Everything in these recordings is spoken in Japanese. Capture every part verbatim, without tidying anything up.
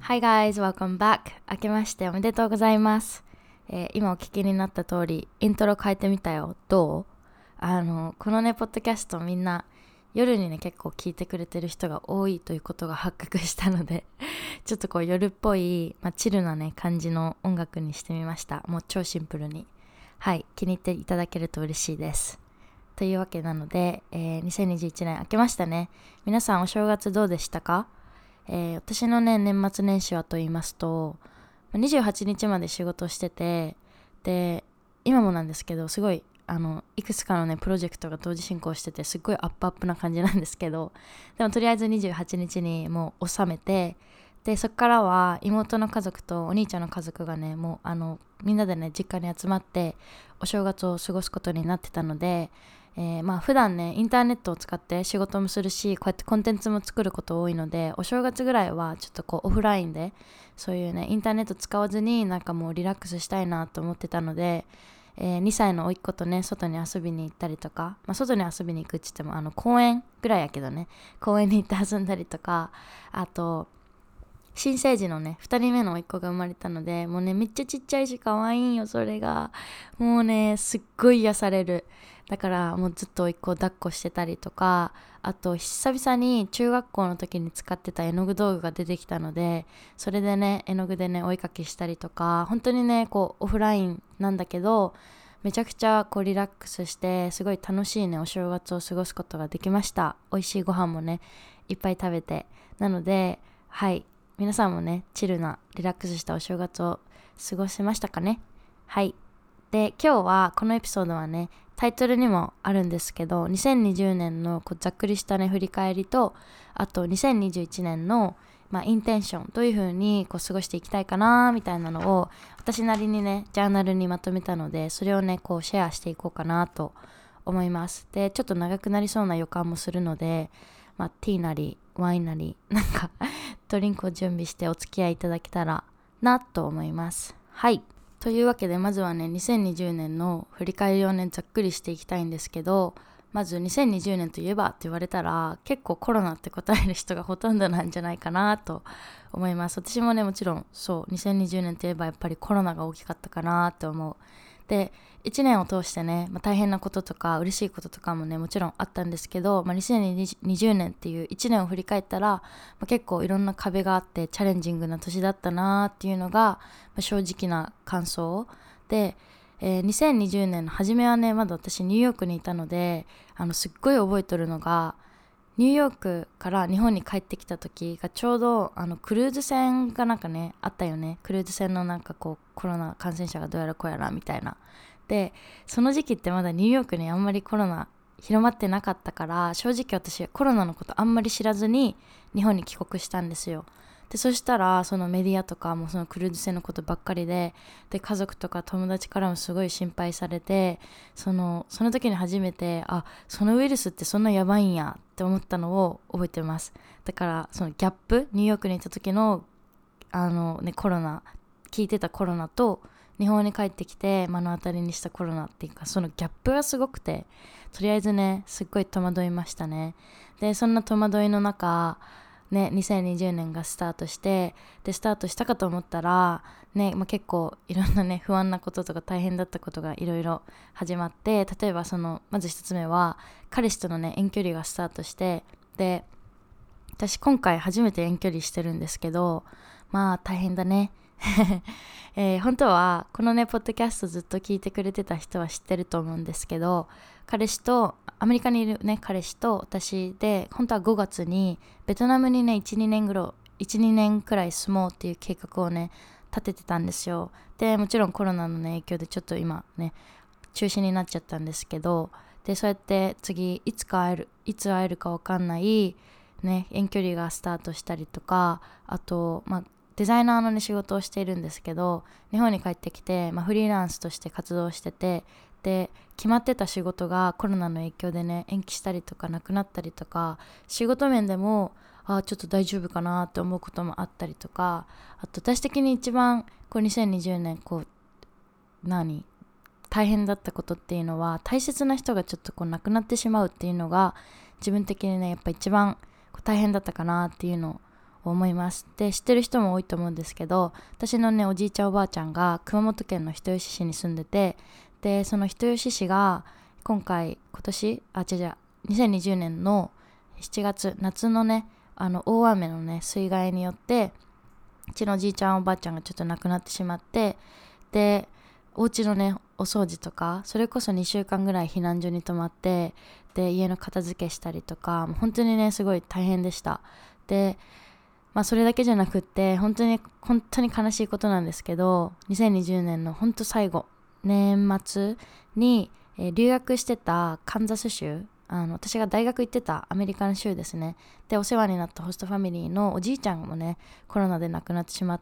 Hi guys, welcome back. 明けましておめでとうございます。えー今お聞きになった通り、イントロ変えてみたよ。どうあの、このね、ポッドキャストみんな夜にね、結構聞いてくれてる人が多いということが発覚したので、ちょっとこう夜っぽい、まあ、チルなね、感じの音楽にしてみました。もう超シンプルに。はい、気に入っていただけると嬉しいです。というわけなので、えーにせんにじゅういちねん明けましたね。皆さんお正月どうでしたか？えー私のね年末年始はと言いますとにじゅうはちにちまで仕事をしてて、で今もなんですけど、すごいあのいくつかのねプロジェクトが同時進行してて、すっごいアップアップな感じなんですけど、でもとりあえずにじゅうはちにちにもう収めて、でそっからは妹の家族とお兄ちゃんの家族がね、もうあのみんなでね実家に集まってお正月を過ごすことになってたので、えー、まあ普段ねインターネットを使って仕事もするし、こうやってコンテンツも作ること多いので、お正月ぐらいはちょっとこうオフラインでそういうねインターネット使わずになんかもうリラックスしたいなと思ってたので、えー、にさいの甥っ子とね外に遊びに行ったりとか、まあ、外に遊びに行くって言ってもあの公園ぐらいやけどね、公園に行って遊んだりとか、あと新生児のねふたりめの甥っ子が生まれたので、もうねめっちゃちっちゃいし可愛いんよ。それがもうねすっごい癒される。だからもうずっと甥っ子を抱っこしてたりとか、あと久々に中学校の時に使ってた絵の具道具が出てきたので、それでね絵の具でねお絵かきしたりとか、本当にねこうオフラインなんだけどめちゃくちゃこうリラックスしてすごい楽しいねお正月を過ごすことができました。美味しいご飯もねいっぱい食べて、なのではい、皆さんもねチルなリラックスしたお正月を過ごしましたかね。はい。で今日はこのエピソードはねタイトルにもあるんですけど、にせんにじゅうねんのこうざっくりしたね振り返りと、あとにせんにじゅういちねんのまあインテンション、どういう風にこう過ごしていきたいかなみたいなのを私なりにねジャーナルにまとめたので、それをねこうシェアしていこうかなと思います。でちょっと長くなりそうな予感もするので、まあ、ティーなりワインなりなんかドリンクを準備してお付き合いいただけたらなと思います。はい。というわけでまずはねにせんにじゅうねんの振り返りをねざっくりしていきたいんですけど、まずにせんにじゅうねんといえばって言われたら結構コロナって答える人がほとんどなんじゃないかなと思います。私もねもちろんそうにせんにじゅうねんといえばやっぱりコロナが大きかったかなと思う。でいちねんを通してね、まあ、大変なこととか嬉しいこととかもねもちろんあったんですけど、まあ、にせんにじゅうねんっていういちねんを振り返ったら、まあ、結構いろんな壁があってチャレンジングな年だったなっていうのが、まあ、正直な感想で、えーにせんにじゅうねんの初めはねまだ私ニューヨークにいたので、あのすっごい覚えとるのが、ニューヨークから日本に帰ってきた時がちょうどあのクルーズ船がなんかねあったよね。クルーズ船のなんかこうコロナ感染者がどうやらこうやらみたいな。でその時期ってまだニューヨークにあんまりコロナ広まってなかったから、正直私コロナのことあんまり知らずに日本に帰国したんですよ。でそしたらそのメディアとかもそのクルーズ船のことばっかりで、で家族とか友達からもすごい心配されて、そのその時に初めてあそのウイルスってそんなやばいんやって思ったのを覚えてます。だからそのギャップ、ニューヨークにいた時のあのねコロナ、聞いてたコロナと日本に帰ってきて目の当たりにしたコロナっていうか、そのギャップがすごくて、とりあえずねすっごい戸惑いましたね。でそんな戸惑いの中ねにせんにじゅうねんがスタートして、でスタートしたかと思ったらね、まあ、結構いろんなね不安なこととか大変だったことがいろいろ始まって、例えばそのまず一つ目は彼氏とのね遠距離がスタートして、で私今回初めて遠距離してるんですけど、まあ大変だね。えー本当はこのねポッドキャストずっと聞いてくれてた人は知ってると思うんですけど、彼氏とアメリカにいるね彼氏と私で本当はごがつにベトナムにねいちにねんぐらいいちにねんくらい住もうっていう計画をね立ててたんですよ。でもちろんコロナの、ね、影響でちょっと今ね中止になっちゃったんですけど、でそうやって次いつか会えるいつ会えるか分かんないね遠距離がスタートしたりとか、あとまあデザイナーの、ね、仕事をしているんですけど、日本に帰ってきて、まあ、フリーランスとして活動してて、で決まってた仕事がコロナの影響でね延期したりとかなくなったりとか、仕事面でもあちょっと大丈夫かなって思うこともあったりとか、あと私的に一番こうにせんにじゅうねんこう何大変だったことっていうのは、大切な人がちょっとこう亡くなってしまうっていうのが自分的にねやっぱ一番こう大変だったかなっていうのを思います。で、知ってる人も多いと思うんですけど、私のねおじいちゃんおばあちゃんが熊本県の人吉市に住んでて、でその人吉市が今回今年あ違う違うにせんにじゅうねんのしちがつ夏のねあの大雨のね水害によってうちのおじいちゃんおばあちゃんがちょっと亡くなってしまって、でお家のねお掃除とかそれこそにしゅうかんぐらい避難所に泊まって、で家の片付けしたりとか本当にねすごい大変でした。でまあそれだけじゃなくって本当に本当に悲しいことなんですけど、にせんにじゅうねんの本当最後年末に、えー留学してたカンザス州、あの私が大学行ってたアメリカの州ですね、でお世話になったホストファミリーのおじいちゃんもねコロナで亡くなってしまって、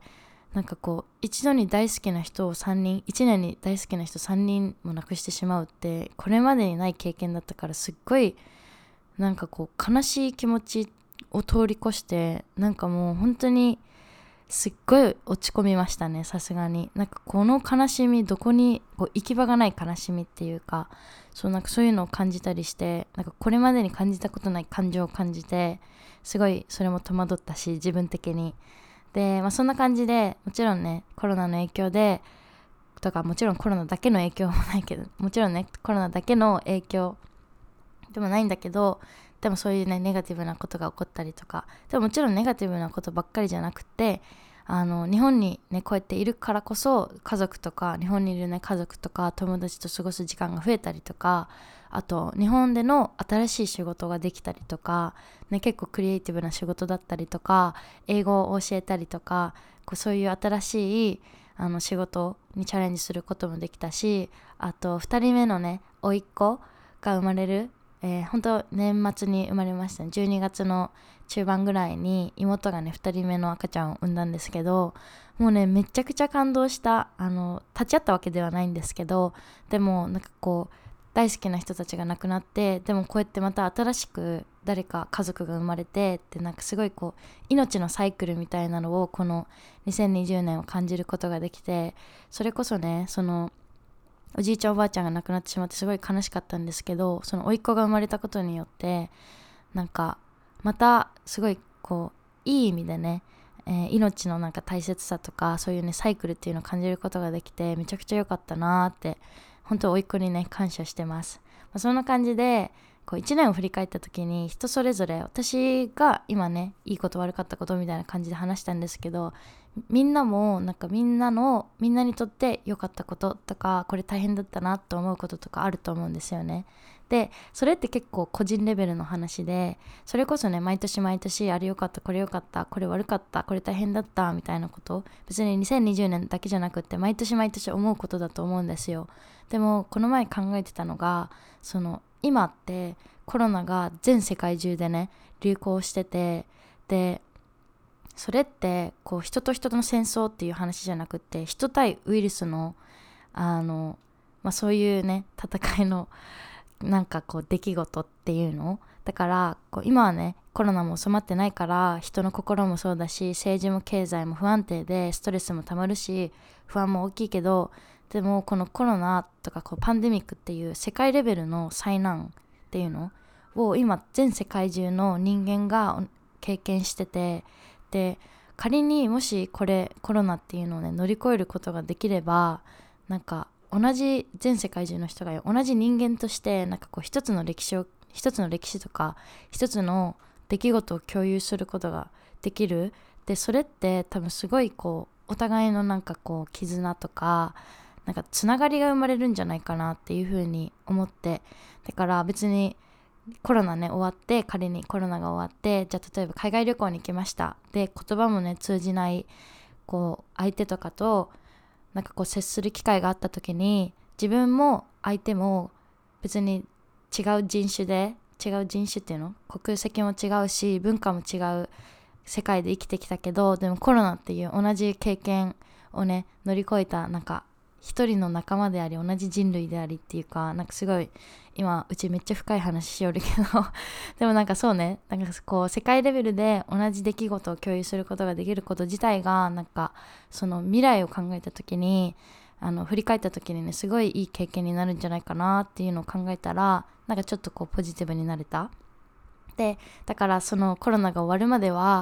なんかこう一度に大好きな人をさんにんいちねんに大好きな人さんにんも亡くしてしまうってこれまでにない経験だったから、すっごいなんかこう悲しい気持ちを通り越して、なんかもう本当にすっごい落ち込みましたね。さすがになんかこの悲しみどこにこう行き場がない悲しみっていうか、そうなんかそういうのを感じたりして、なんかこれまでに感じたことない感情を感じて、すごいそれも戸惑ったし自分的に。で、まあ、そんな感じでもちろんねコロナの影響でとか、もちろんコロナだけの影響もないけど、もちろんねコロナだけの影響でもないんだけど、でもそういうねネガティブなことが起こったりとか、でももちろんネガティブなことばっかりじゃなくて、あの日本にねこうやっているからこそ家族とか日本にいるね家族とか友達と過ごす時間が増えたりとか、あと日本での新しい仕事ができたりとか、ね、結構クリエイティブな仕事だったりとか英語を教えたりとか、こうそういう新しいあの仕事にチャレンジすることもできたし、あとふたりめのね甥っ子が生まれる、えー、本当年末に生まれましたね。じゅうにがつの中盤ぐらいに妹がねふたりめの赤ちゃんを産んだんですけど、もうねめちゃくちゃ感動した。あの立ち会ったわけではないんですけど、でもなんかこう大好きな人たちが亡くなって、でもこうやってまた新しく誰か家族が生まれてって、なんかすごいこう命のサイクルみたいなのをこのにせんにじゅうねんを感じることができて、それこそねそのおじいちゃんおばあちゃんが亡くなってしまってすごい悲しかったんですけど、その甥っ子が生まれたことによってなんかまたすごいこういい意味でね、えー命のなんか大切さとかそういうねサイクルっていうのを感じることができて、めちゃくちゃ良かったなーって本当甥っ子にね感謝してます。まあ、そんな感じでこういちねんを振り返った時に人それぞれ、私が今ねいいこと悪かったことみたいな感じで話したんですけど、みんなもなんかみんなのみんなにとって良かったこととか、これ大変だったなと思うこととかあると思うんですよね。でそれって結構個人レベルの話で、それこそね毎年毎年あれ良かったこれ良かったこれ悪かったこれ大変だったみたいなこと、別ににせんにじゅうねんだけじゃなくって毎年毎年思うことだと思うんですよ。でもこの前考えてたのが、その今ってコロナが全世界中でね流行してて、でそれってこう人と人との戦争っていう話じゃなくって、人対ウイルスのあの、まあ、そういうね戦いのなんかこう出来事っていうのだから、こう今はねコロナも収まってないから人の心もそうだし政治も経済も不安定でストレスもたまるし不安も大きいけど、でもこのコロナとかこうパンデミックっていう世界レベルの災難っていうのを今全世界中の人間が経験してて、で仮にもしこれコロナっていうのをね乗り越えることができれば、なんか同じ全世界中の人が同じ人間としてなんかこう一つの歴史を一つの歴史とか一つの出来事を共有することができる。でそれって多分すごいこうお互いのなんかこう絆とかなんかつながりが生まれるんじゃないかなっていうふうに思って、だから別にコロナね終わって、仮にコロナが終わって、じゃあ例えば海外旅行に行きました。で言葉もね通じないこう相手とかとなんかこう接する機会があった時に、自分も相手も別に違う人種で違う人種っていうの国籍も違うし文化も違う世界で生きてきたけど、でもコロナっていう同じ経験をね乗り越えたなんか一人の仲間であり同じ人類でありっていうか、なんかすごい今うちめっちゃ深い話しよるけどでもなんかそうね、なんかこう世界レベルで同じ出来事を共有することができること自体がなんかその未来を考えた時にあの振り返った時にねすごいいい経験になるんじゃないかなっていうのを考えたら、なんかちょっとこうポジティブになれた。でだからそのコロナが終わるまでは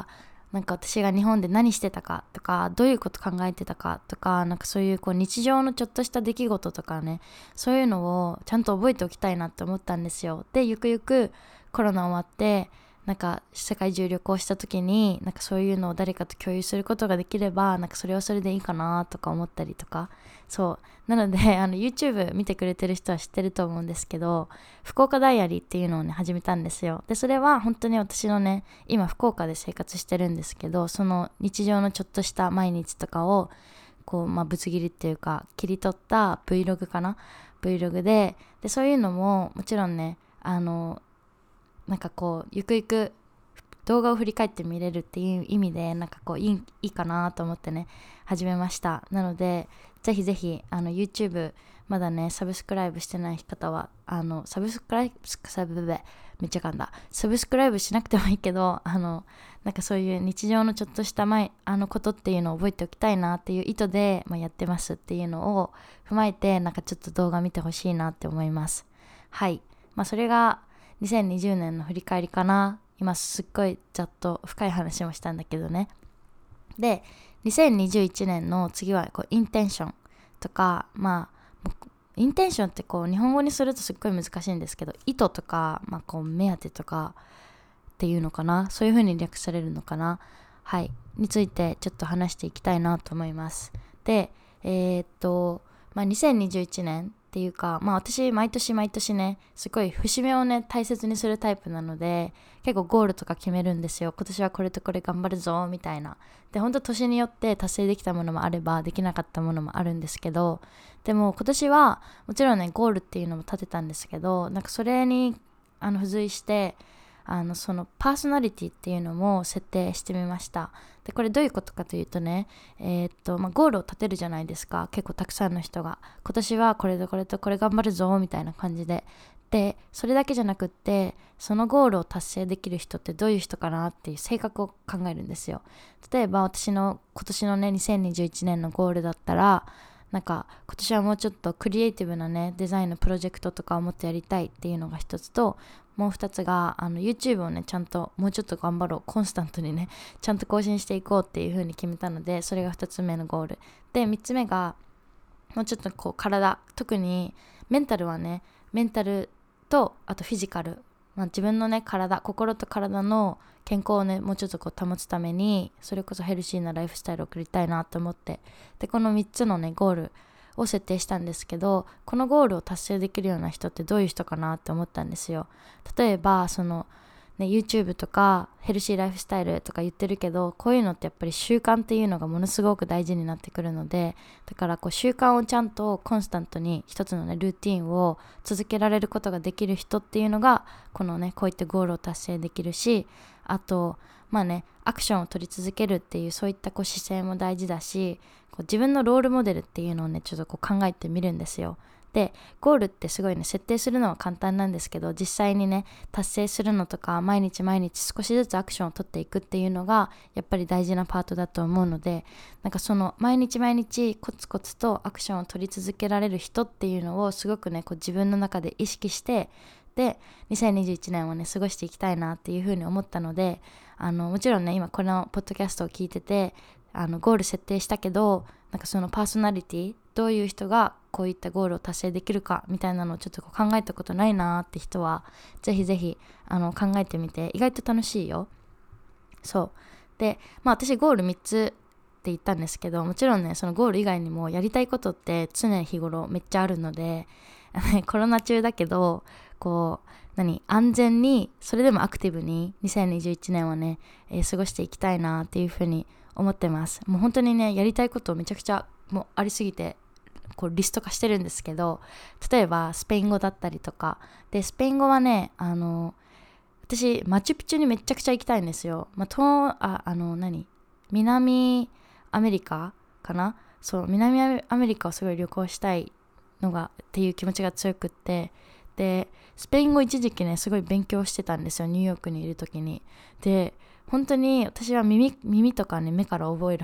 なんか私が日本で何してたかとか、どういうこと考えてたかとか、なんかそういうこう日常のちょっとした出来事とかね、そういうのをちゃんと覚えておきたいなって思ったんですよ。でゆくゆくコロナ終わってなんか世界中旅行した時になんかそういうのを誰かと共有することができれば、なんかそれはそれでいいかなとか思ったりとか。そうなのであの YouTube 見てくれてる人は知ってると思うんですけど、福岡ダイアリーっていうのをね始めたんですよ。でそれは本当に私のね、今福岡で生活してるんですけど、その日常のちょっとした毎日とかをこう、まあ、ぶつ切りっていうか切り取った Vlog かな Vlog で、でそういうのももちろんね、あのなんかこうゆくゆく動画を振り返って見れるっていう意味でなんかこういい、いいかなと思ってね始めました。なのでぜひぜひあの YouTube まだねサブスクライブしてない方はあのサブスクライブサブめっちゃ噛んだサブスクライブしなくてもいいけど、あのなんかそういう日常のちょっとした前あのことっていうのを覚えておきたいなっていう意図で、まあ、やってますっていうのを踏まえて、なんかちょっと動画見てほしいなって思います。はい、まあそれがにせんにじゅうねんの振り返りかな。今すっごいざっと深い話もしたんだけどね。でにせんにじゅういちねんの次はこうインテンションとか、まあインテンションってこう日本語にするとすっごい難しいんですけど、意図とか、まあ、こう目当てとかっていうのかな、そういう風に略されるのかな、はいについてちょっと話していきたいなと思います。でえー、っとまあにせんにじゅういちねんっていうか、まあ私毎年毎年ねすごい節目をね大切にするタイプなので、結構ゴールとか決めるんですよ。今年はこれとこれ頑張るぞみたいな。で本当年によって達成できたものもあればできなかったものもあるんですけど、でも今年はもちろんねゴールっていうのも立てたんですけど、なんかそれにあの付随してあのそのパーソナリティっていうのも設定してみました。でこれどういうことかというとね、えーっとまあ、ゴールを立てるじゃないですか、結構たくさんの人が今年はこれとこれとこれ頑張るぞみたいな感じで。でそれだけじゃなくって、そのゴールを達成できる人ってどういう人かなっていう性格を考えるんですよ。例えば私の今年のねにせんにじゅういちねんのゴールだったら、なんか今年はもうちょっとクリエイティブなねデザインのプロジェクトとかをもっとやりたいっていうのが一つと、もう二つがあの YouTube をねちゃんともうちょっと頑張ろう、コンスタントにねちゃんと更新していこうっていう風に決めたので、それが二つ目のゴールで、三つ目がもうちょっとこう体、特にメンタルはね、メンタルとあとフィジカル、まあ、自分のね体、心と体の健康をねもうちょっとこう保つために、それこそヘルシーなライフスタイルを送りたいなと思って、でこのみっつのねゴールを設定したんですけど、このゴールを達成できるような人ってどういう人かなって思ったんですよ。例えばそのね YouTube とかヘルシーライフスタイルとか言ってるけど、こういうのってやっぱり習慣っていうのがものすごく大事になってくるので、だからこう習慣をちゃんとコンスタントに一つのねルーティンを続けられることができる人っていうのが、このねこういったゴールを達成できるし、あとまあねアクションを取り続けるっていうそういったこう姿勢も大事だし、こう自分のロールモデルっていうのをねちょっとこう考えてみるんですよ。でゴールってすごいね設定するのは簡単なんですけど、実際にね達成するのとか毎日毎日少しずつアクションを取っていくっていうのがやっぱり大事なパートだと思うので、なんかその毎日毎日コツコツとアクションを取り続けられる人っていうのをすごくねこう自分の中で意識して、でにせんにじゅういちねんをね過ごしていきたいなっていうふうに思ったので、あのもちろんね今このポッドキャストを聞いててあのゴール設定したけど、なんかそのパーソナリティ、どういう人がこういったゴールを達成できるかみたいなのをちょっとこう考えたことないなって人はぜひぜひあの考えてみて、意外と楽しいよ。そうで、まあ私ゴールみっつって言ったんですけど、もちろんねそのゴール以外にもやりたいことって常日頃めっちゃあるのでコロナ中だけどこう何安全にそれでもアクティブににせんにじゅういちねんはね、えー、過ごしていきたいなっていうふうに思ってます。もう本当にねやりたいことめちゃくちゃもうありすぎてこうリスト化してるんですけど、例えばスペイン語だったりとかで、スペイン語はねあの私マチュピチュにめちゃくちゃ行きたいんですよ。まあ、とああの何南アメリカかな、そう南アメリカをすごい旅行したいのがっていう気持ちが強くって、でスペイン語一時期ねすごい勉強してたんですよ、ニューヨークにいる時に。で本当に私は耳耳とかね目から覚える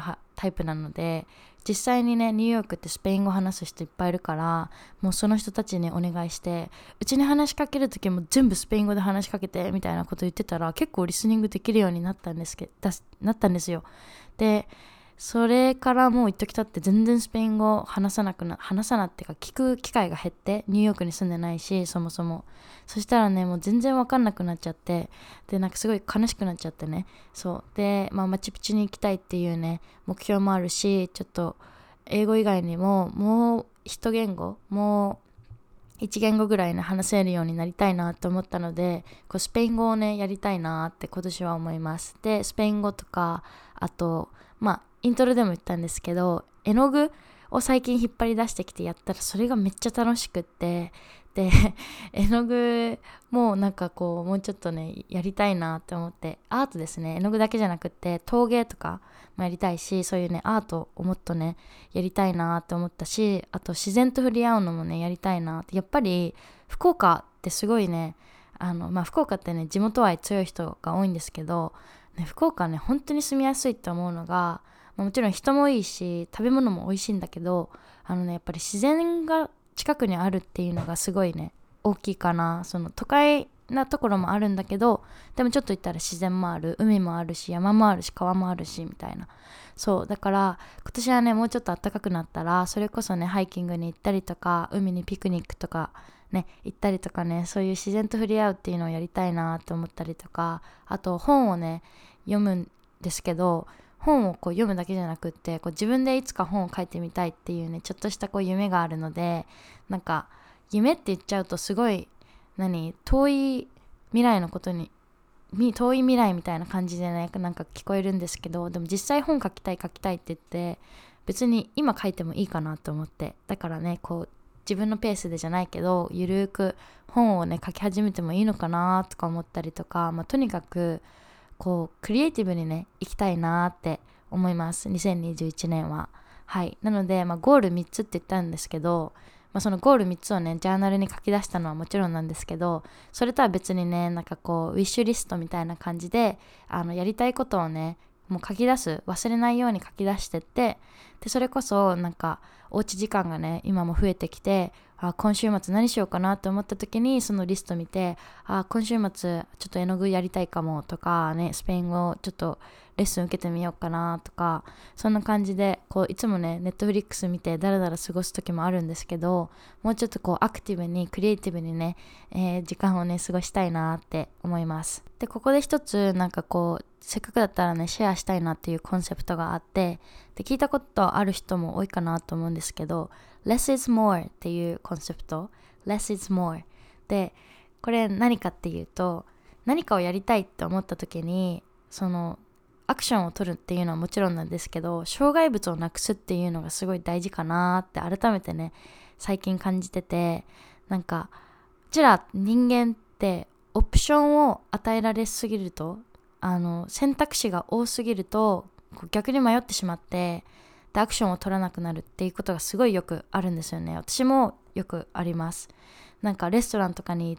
タイプなので、実際にねニューヨークってスペイン語話す人いっぱいいるから、もうその人たちにお願いして、うちに話しかける時も全部スペイン語で話しかけてみたいなこと言ってたら、結構リスニングできるようになったんですけどなったんですよ。でそれからもう一時経って全然スペイン語話さなくな話さなっていうか聞く機会が減って、ニューヨークに住んでないしそもそも。そしたらねもう全然分かんなくなっちゃって、でなんかすごい悲しくなっちゃってね。そうで、まあ、マチュピチュに行きたいっていうね目標もあるし、ちょっと英語以外にももう一言語もう一言語ぐらいね話せるようになりたいなと思ったので、こうスペイン語をねやりたいなって今年は思います。でスペイン語とか、あとまあイントロでも言ったんですけど、絵の具を最近引っ張り出してきてやったらそれがめっちゃ楽しくって、で絵の具もなんかこうもうちょっとねやりたいなって思って、アートですね、絵の具だけじゃなくって陶芸とかもやりたいし、そういうねアートをもっとねやりたいなって思ったし、あと自然と触れ合うのもねやりたいなって。やっぱり福岡ってすごいね、あのまあ福岡ってね地元愛強い人が多いんですけど、ね、福岡ね本当に住みやすいって思うのが、もちろん人もいいし食べ物も美味しいんだけど、あのねやっぱり自然が近くにあるっていうのがすごいね大きいかな。その都会なところもあるんだけど、でもちょっと行ったら自然もある、海もあるし山もあるし川もあるしみたいな。そうだから今年はねもうちょっと暖かくなったら、それこそねハイキングに行ったりとか、海にピクニックとかね行ったりとかね、そういう自然と触れ合うっていうのをやりたいなと思ったりとか、あと本をね読むんですけど、本をこう読むだけじゃなくって、こう自分でいつか本を書いてみたいっていうねちょっとしたこう夢があるので、なんか夢って言っちゃうとすごい何遠い未来のことに遠い未来みたいな感じでねなんか聞こえるんですけど、でも実際本書きたい書きたいって言って別に今書いてもいいかなと思って、だからねこう自分のペースでじゃないけどゆるーく本をね書き始めてもいいのかなとか思ったりとか、まあ、とにかくこうクリエイティブにね行きたいなって思います、にせんにじゅういちねんは。はい、なので、まあ、ゴールみっつって言ったんですけど、まあ、そのゴールみっつをねジャーナルに書き出したのはもちろんなんですけど、それとは別にねなんかこうウィッシュリストみたいな感じで、あのやりたいことをねもう書き出す、忘れないように書き出してって、でそれこそなんかおうち時間がね今も増えてきて、あ今週末何しようかなと思った時にそのリスト見て、あ今週末ちょっと絵の具やりたいかもとかね、スペイン語ちょっとレッスン受けてみようかなとか、そんな感じでこういつもねネットフリックス見てダラダラ過ごす時もあるんですけど、もうちょっとこうアクティブにクリエイティブにね、えー、時間をね過ごしたいなって思います。でここで一つなんかこうせっかくだったらねシェアしたいなっていうコンセプトがあって、で聞いたことある人も多いかなと思うんですけど、 Less is more っていうコンセプト。 Less is more でこれ何かっていうと、何かをやりたいって思った時にそのアクションを取るっていうのはもちろんなんですけど、障害物をなくすっていうのがすごい大事かなって改めてね最近感じてて、なんかうちら人間ってオプションを与えられすぎると、あの選択肢が多すぎると逆に迷ってしまって、でアクションを取らなくなるっていうことがすごいよくあるんですよね。私もよくあります。なんかレストランとかに行って、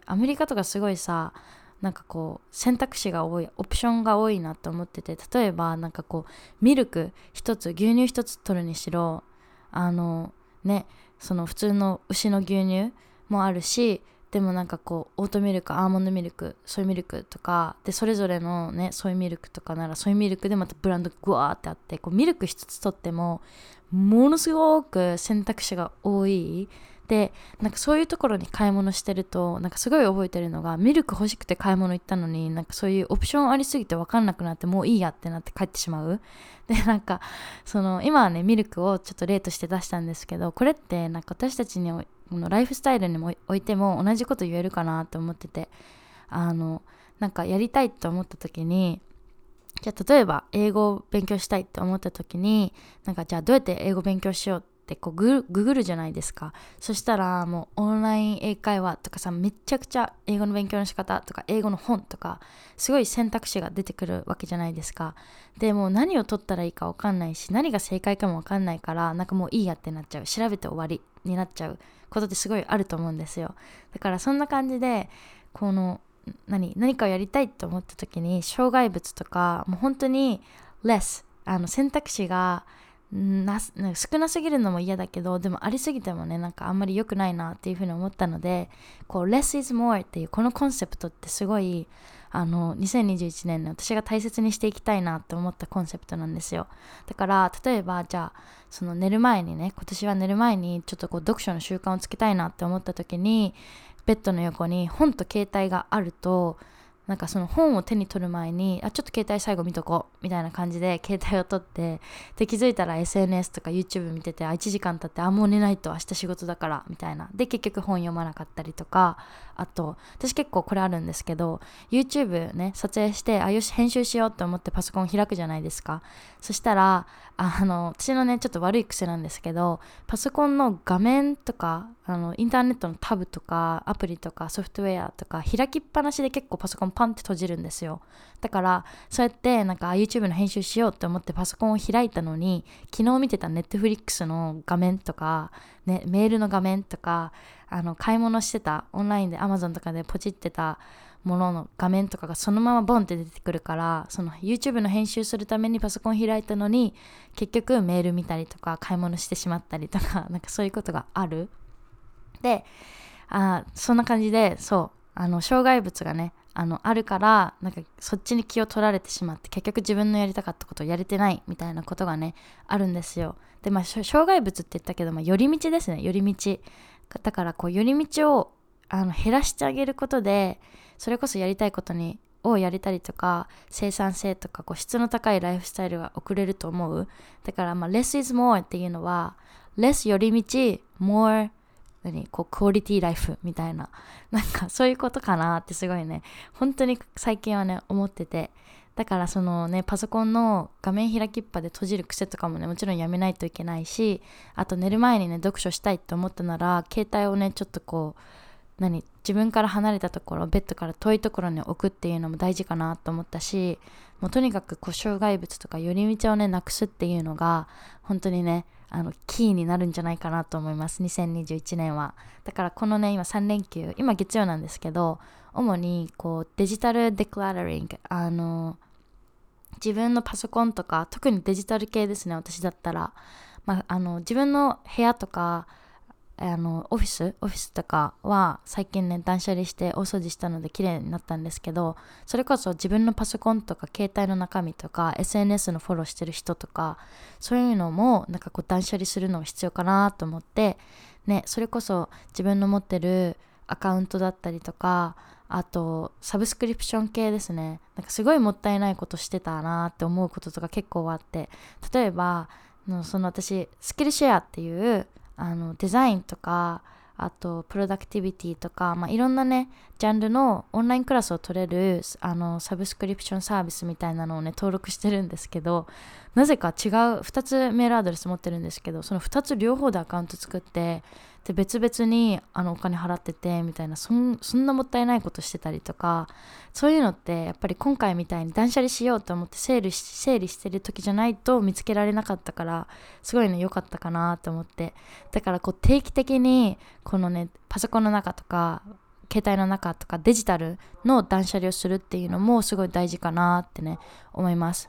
アメリカとかすごいさ、なんかこう選択肢が多い、オプションが多いなと思ってて、例えばなんかこうミルク一つ、牛乳一つ取るにしろ、あのねその普通の牛の牛乳もあるし、でもなんかこうオートミルク、アーモンドミルク、ソイミルクとかで、それぞれのねソイミルクとかならソイミルクでまたブランドグワーってあって、こうミルク一つ取ってもものすごく選択肢が多い。でなんかそういうところに買い物してると、なんかすごい覚えてるのが、ミルク欲しくて買い物行ったのに、なんかそういうオプションありすぎて分かんなくなって、もういいやってなって帰ってしまう。でなんかその今はねミルクをちょっと例として出したんですけど、これってなんか私たちにライフスタイルにもおいても同じこと言えるかなと思ってて、あのなんかやりたいと思った時に、じゃあ例えば英語を勉強したいと思った時に、なんかじゃあどうやって英語勉強しようってこうグググるじゃないですか。そしたらもうオンライン英会話とかさ、めちゃくちゃ英語の勉強の仕方とか英語の本とかすごい選択肢が出てくるわけじゃないですか。でもう何を取ったらいいか分かんないし、何が正解かも分かんないから、なんかもういいやってなっちゃう、調べて終わりになっちゃうことってすごいあると思うんですよ。だからそんな感じでこの何何かをやりたいと思った時に、障害物とかもう本当に less あの選択肢がななんか少なすぎるのも嫌だけど、でもありすぎてもねなんかあんまり良くないなっていうふうに思ったので、こう less is more っていうこのコンセプトってすごいあのにせんにじゅういちねんの私が大切にしていきたいなって思ったコンセプトなんですよ。だから例えばじゃあその寝る前にね、今年は寝る前にちょっとこう読書の習慣をつけたいなって思った時に、ベッドの横に本と携帯があると、なんかその本を手に取る前にあちょっと携帯最後見とこうみたいな感じで携帯を取って、で気づいたら エスエヌエス とか YouTube 見てて、あいちじかん経ってあもう寝ないと明日仕事だからみたいなで結局本読まなかったりとか、あと私結構これあるんですけど YouTube ね撮影してあよし編集しようと思ってパソコン開くじゃないですか。そしたらあの私のねちょっと悪い癖なんですけど、パソコンの画面とかあのインターネットのタブとかアプリとかソフトウェアとか開きっぱなしで結構パソコンパンって閉じるんですよ。だからそうやってなんか YouTube の編集しようと思ってパソコンを開いたのに、昨日見てた Netflix の画面とか、ね、メールの画面とか、あの買い物してたオンラインで Amazon とかでポチってたものの画面とかがそのままボンって出てくるから、その YouTube の編集するためにパソコン開いたのに結局メール見たりとか買い物してしまったりとか、なんかそういうことがある。であそんな感じで、そうあの障害物がねあのあるから、なんかそっちに気を取られてしまって結局自分のやりたかったことをやれてないみたいなことがねあるんですよ。でまあ障害物って言ったけど、まあ、寄り道ですね、寄り道だから、こう寄り道をあの減らしてあげることで、それこそやりたいことにをやれたりとか、生産性とかこう質の高いライフスタイルが送れると思う。だからまあ less is more っていうのは less 寄り道 more何こうクオリティライフみたいな、なんかそういうことかなってすごいね本当に最近はね思ってて、だからそのねパソコンの画面開きっぱで閉じる癖とかもねもちろんやめないといけないし、あと寝る前にね読書したいって思ったなら携帯をねちょっとこう何自分から離れたところ、ベッドから遠いところに置くっていうのも大事かなと思ったし、もうとにかくこう障害物とか寄り道をねなくすっていうのが本当にねあのキーになるんじゃないかなと思います、にせんにじゅういちねんは。だからこのね今さん連休、今月曜なんですけど、主にこうデジタルデクラタリング、あの自分のパソコンとか、特にデジタル系ですね私だったら、まあ、あの自分の部屋とかあのオフィスオフィスとかは最近ね断捨離して大掃除したので綺麗になったんですけど、それこそ自分のパソコンとか携帯の中身とか エスエヌエス のフォローしてる人とか、そういうのもなんかこう断捨離するのが必要かなと思ってね、それこそ自分の持ってるアカウントだったりとか、あとサブスクリプション系ですね、なんかすごいもったいないことしてたなって思うこととか結構あって、例えばその私スキルシェアっていうあのデザインとか、あとプロダクティビティとか、まあ、いろんなねジャンルのオンラインクラスを取れるあのサブスクリプションサービスみたいなのをね登録してるんですけど、なぜか違うふたつメールアドレス持ってるんですけど、そのふたつ両方でアカウント作って、で別々にあのお金払っててみたいな、そん、そんなもったいないことしてたりとか、そういうのってやっぱり今回みたいに断捨離しようと思って整理し、整理してる時じゃないと見つけられなかったから、すごいね良かったかなと思って、だからこう定期的にこのねパソコンの中とか携帯の中とかデジタルの断捨離をするっていうのもすごい大事かなってね思います。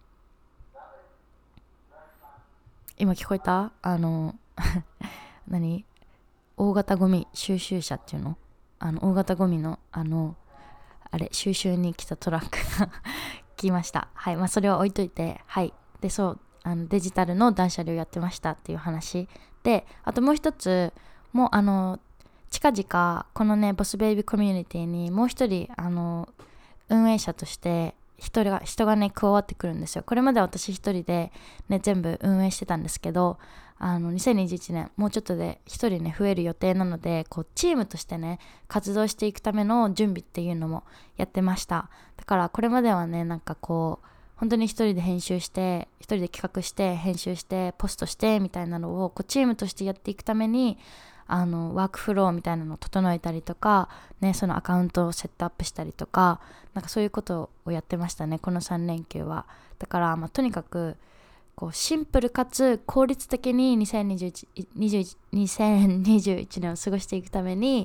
今聞こえた？あの何大型ゴミ収集車っていうの、あの大型ゴミのあのあれ収集に来たトラックが来ました。はい、まあそれは置いといて、はい。でそうあのデジタルの断捨離をやってましたっていう話で、あともう一つもうあの近々このねボスベイビーコミュニティにもう一人あの運営者として人が人がね加わってくるんですよ。これまで私一人でね全部運営してたんですけど、あのにせんにじゅういちねんもうちょっとで一人ね増える予定なので、こうチームとしてね活動していくための準備っていうのもやってました。だからこれまではねなんかこう本当に一人で編集して一人で企画して編集してポストしてみたいなのをこうチームとしてやっていくために、あのワークフローみたいなのを整えたりとか、ね、そのアカウントをセットアップしたりとか、なんかそういうことをやってましたねこのさん連休は。だから、まあ、とにかくこうシンプルかつ効率的ににせんにじゅういち、にじゅういち、にせんにじゅういちねんを過ごしていくために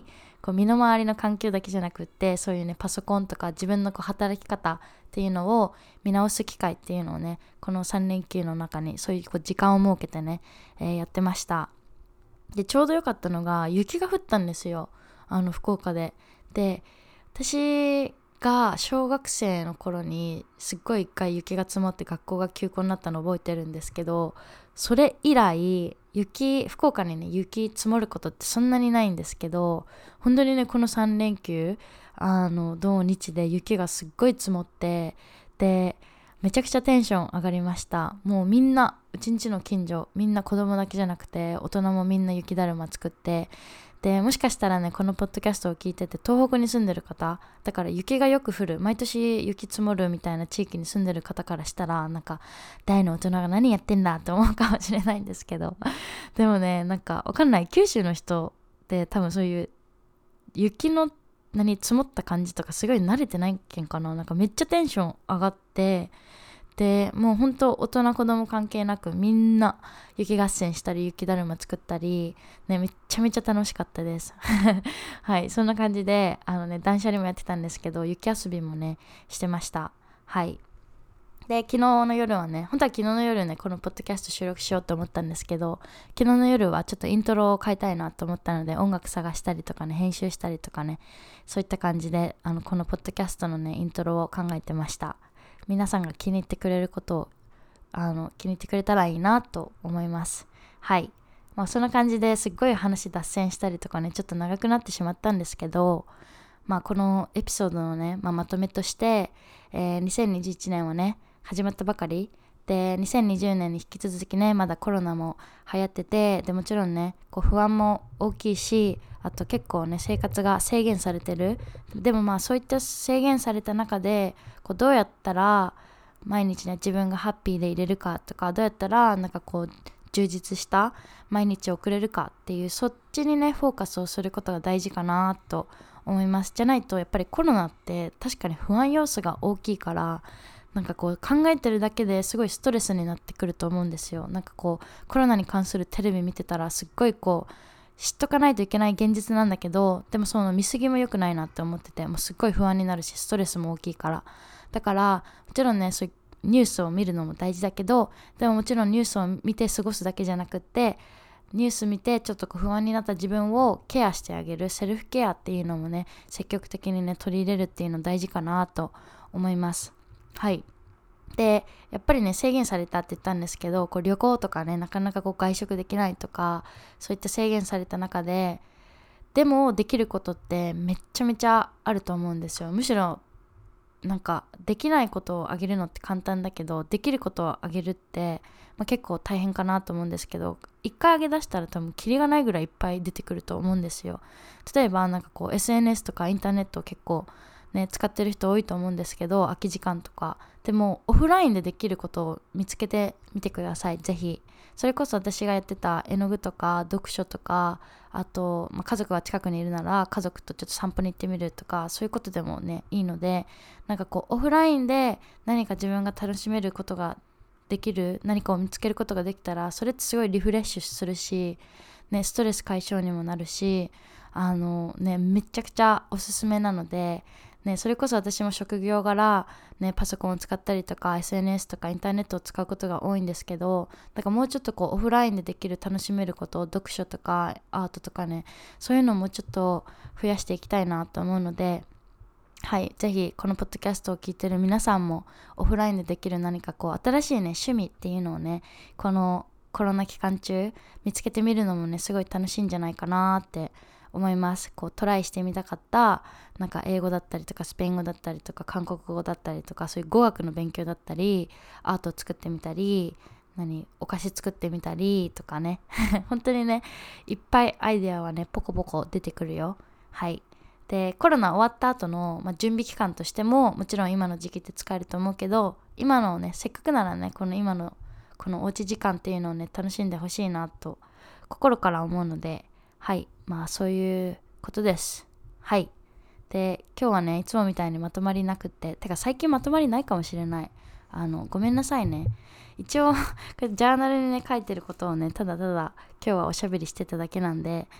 こう身の回りの環境だけじゃなくって、そういうねパソコンとか自分のこう働き方っていうのを見直す機会っていうのをね、このさん連休の中にそういうこう時間を設けてね、えーやってました。でちょうど良かったのが雪が降ったんですよ、あの福岡で。で私が小学生の頃にすっごい一回雪が積もって学校が休校になったの覚えてるんですけど、それ以来雪福岡にね雪積もることってそんなにないんですけど、本当にねこのさん連休あの土日で雪がすっごい積もって、でめちゃくちゃテンション上がりました。もうみんなうちんちの近所みんな子供だけじゃなくて大人もみんな雪だるま作って、でもしかしたらねこのポッドキャストを聞いてて東北に住んでる方だから、雪がよく降る毎年雪積もるみたいな地域に住んでる方からしたら、なんか大の大人が何やってんだって思うかもしれないんですけどでもねなんかわかんない、九州の人って多分そういう雪の何積もった感じとかすごい慣れてないけんかな、なんかめっちゃテンション上がって、でもうほんと大人子供関係なくみんな雪合戦したり雪だるま作ったり、ね、めっちゃめちゃ楽しかったですはい、そんな感じであのね断捨離もやってたんですけど、雪遊びもねしてました。はい。で昨日の夜はね、本当は昨日の夜ねこのポッドキャスト収録しようと思ったんですけど、昨日の夜はちょっとイントロを変えたいなと思ったので音楽探したりとかね編集したりとかね、そういった感じであのこのポッドキャストのねイントロを考えてました。皆さんが気に入ってくれることをあの気に入ってくれたらいいなと思います。はい。まあそんな感じですっごい話脱線したりとかねちょっと長くなってしまったんですけど、まあこのエピソードのね、まあ、まとめとして、えー、にせんにじゅういちねんはね始まったばかりで、にせんにじゅうねんに引き続きねまだコロナも流行ってて、でもちろんねこう不安も大きいし、あと結構ね生活が制限されてる。でもまあそういった制限された中でこうどうやったら毎日ね自分がハッピーでいれるかとか、どうやったらなんかこう充実した毎日を送れるかっていう、そっちにねフォーカスをすることが大事かなと思います。じゃないとやっぱりコロナって確かに不安要素が大きいから、なんかこう考えてるだけですごいストレスになってくると思うんですよ。なんかこうコロナに関するテレビ見てたらすっごいこう知っとかないといけない現実なんだけど、でもその見過ぎも良くないなって思ってて、もうすっごい不安になるしストレスも大きいから、だからもちろんねそういうニュースを見るのも大事だけど、でももちろんニュースを見て過ごすだけじゃなくって、ニュース見てちょっとこう不安になった自分をケアしてあげるセルフケアっていうのもね積極的にね取り入れるっていうの大事かなと思います。はい。でやっぱりね制限されたって言ったんですけど、こう旅行とかねなかなかこう外食できないとか、そういった制限された中ででもできることってめっちゃめちゃあると思うんですよ。むしろなんかできないことをあげるのって簡単だけど、できることをあげるって、まあ、結構大変かなと思うんですけど、一回あげ出したら多分キリがないぐらいいっぱい出てくると思うんですよ。例えばなんかこう エスエヌエス とかインターネットを結構ね使ってる人多いと思うんですけど、空き時間とかでもオフラインでできることを見つけてみてください。ぜひそれこそ私がやってた絵の具とか読書とか、あと、まあ、家族が近くにいるなら家族とちょっと散歩に行ってみるとか、そういうことでもねいいので、なんかこうオフラインで何か自分が楽しめることができる、何かを見つけることができたら、それってすごいリフレッシュするし、ね、ストレス解消にもなるし、あのねめちゃくちゃおすすめなので、ね、それこそ私も職業柄、ね、パソコンを使ったりとか エスエヌエス とかインターネットを使うことが多いんですけど、だからもうちょっとこうオフラインでできる楽しめること、読書とかアートとかね、そういうのもちょっと増やしていきたいなと思うので、はい、ぜひこのポッドキャストを聞いてる皆さんもオフラインでできる何かこう新しいね趣味っていうのをねこのコロナ期間中見つけてみるのもねすごい楽しいんじゃないかなって思います。こうトライしてみたかったなんか英語だったりとかスペイン語だったりとか韓国語だったりとか、そういう語学の勉強だったりアートを作ってみたり、何お菓子作ってみたりとかね本当にねいっぱいアイデアはねポコポコ出てくるよ。はい。でコロナ終わった後の、まあ、準備期間としてももちろん今の時期って使えると思うけど、今のねせっかくならねこの今のこのおうち時間っていうのをね楽しんでほしいなと心から思うので、はい、まあそういうことです。はい。で今日はねいつもみたいにまとまりなくって、てか最近まとまりないかもしれない、あのごめんなさいね。一応ジャーナルにね書いてることをねただただ今日はおしゃべりしてただけなんで、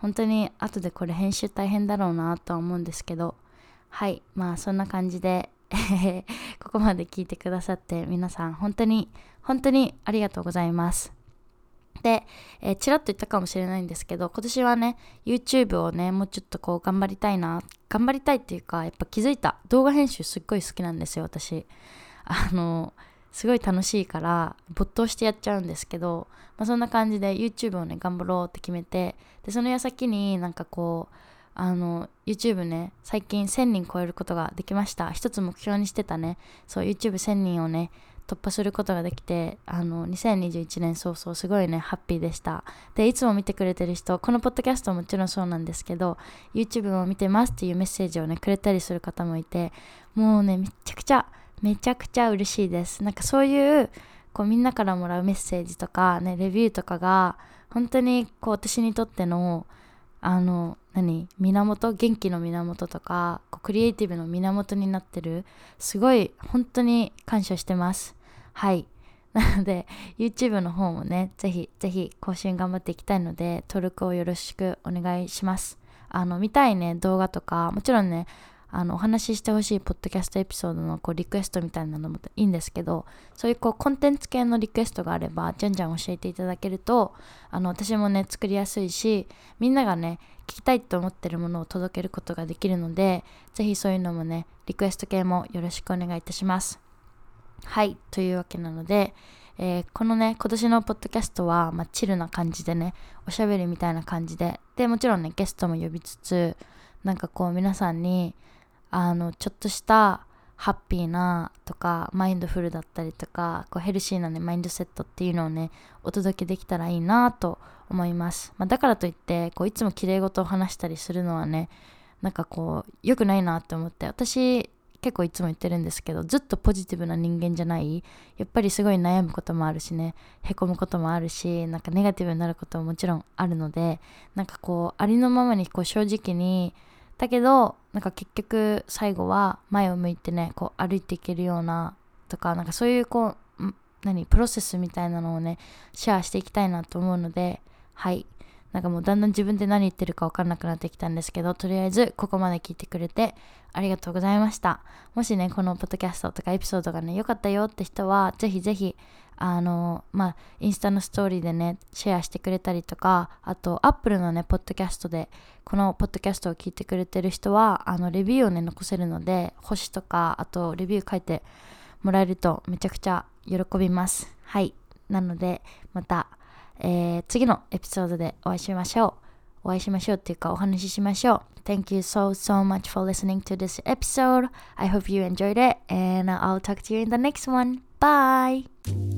本当に後でこれ編集大変だろうなとは思うんですけど、はい、まあそんな感じでここまで聞いてくださって皆さん本当に本当にありがとうございます。で、えー、ちらっと言ったかもしれないんですけど、今年はね YouTube をねもうちょっとこう頑張りたいな頑張りたいっていうか、やっぱ気づいた、動画編集すっごい好きなんですよ私。あのすごい楽しいから没頭してやっちゃうんですけど、まあ、そんな感じで YouTube をね頑張ろうって決めて、でその矢先になんかこうあの YouTube ね最近せんにん超えることができました。一つ目標にしてたね、そう YouTubeせんにんをね突破することができて、あのにせんにじゅういちねん早々すごいねハッピーでした。でいつも見てくれてる人、このポッドキャストももちろんそうなんですけど YouTube も見てますっていうメッセージをねくれたりする方もいて、もうねめちゃくちゃめちゃくちゃ嬉しいです。なんかそういうこうみんなからもらうメッセージとかねレビューとかが本当にこう私にとってのあの何源元気の源とかこうクリエイティブの源になってる、すごい本当に感謝してます。はい、なので YouTube の方もねぜひぜひ更新頑張っていきたいので登録をよろしくお願いします。あの見たいね動画とかもちろんねあのお話ししてほしいポッドキャストエピソードのこうリクエストみたいなのもいいんですけど、そういうこうコンテンツ系のリクエストがあればじゃんじゃん教えていただけると、あの私もね作りやすいし、みんながね聞きたいと思ってるものを届けることができるので、ぜひそういうのもねリクエスト系もよろしくお願いいたします。はい、というわけなので、えー、このね今年のポッドキャストは、まあ、チルな感じでねおしゃべりみたいな感じで、でもちろんねゲストも呼びつつ、なんかこう皆さんにあのちょっとしたハッピーなとかマインドフルだったりとかこうヘルシーなねマインドセットっていうのをねお届けできたらいいなと思います。まあ、だからといってこういつも綺麗事を話したりするのはねなんかこう良くないなって思って、私結構いつも言ってるんですけど、ずっとポジティブな人間じゃない、やっぱりすごい悩むこともあるしね、へこむこともあるし、なんかネガティブになることももちろんあるので、なんかこうありのままにこう正直にだけどなんか結局最後は前を向いてねこう歩いていけるようなとか、なんかそういうこう何プロセスみたいなのをねシェアしていきたいなと思うので、はい、なんかもうだんだん自分で何言ってるか分かんなくなってきたんですけど、とりあえずここまで聞いてくれてありがとうございました。もしねこのポッドキャストとかエピソードがね良かったよって人はぜひぜひあのまあインスタのストーリーでねシェアしてくれたりとか、あとアップルのねポッドキャストでこのポッドキャストを聞いてくれてる人はあのレビューをね残せるので、星とかあとレビュー書いてもらえるとめちゃくちゃ喜びます。はい、なのでまた、えー、次のエピソードでお会いしましょうお会いしましょうっていうかお話ししましょう。 Thank you so so much for listening to this episode. I hope you enjoyed it and I'll talk to you in the next one. Bye.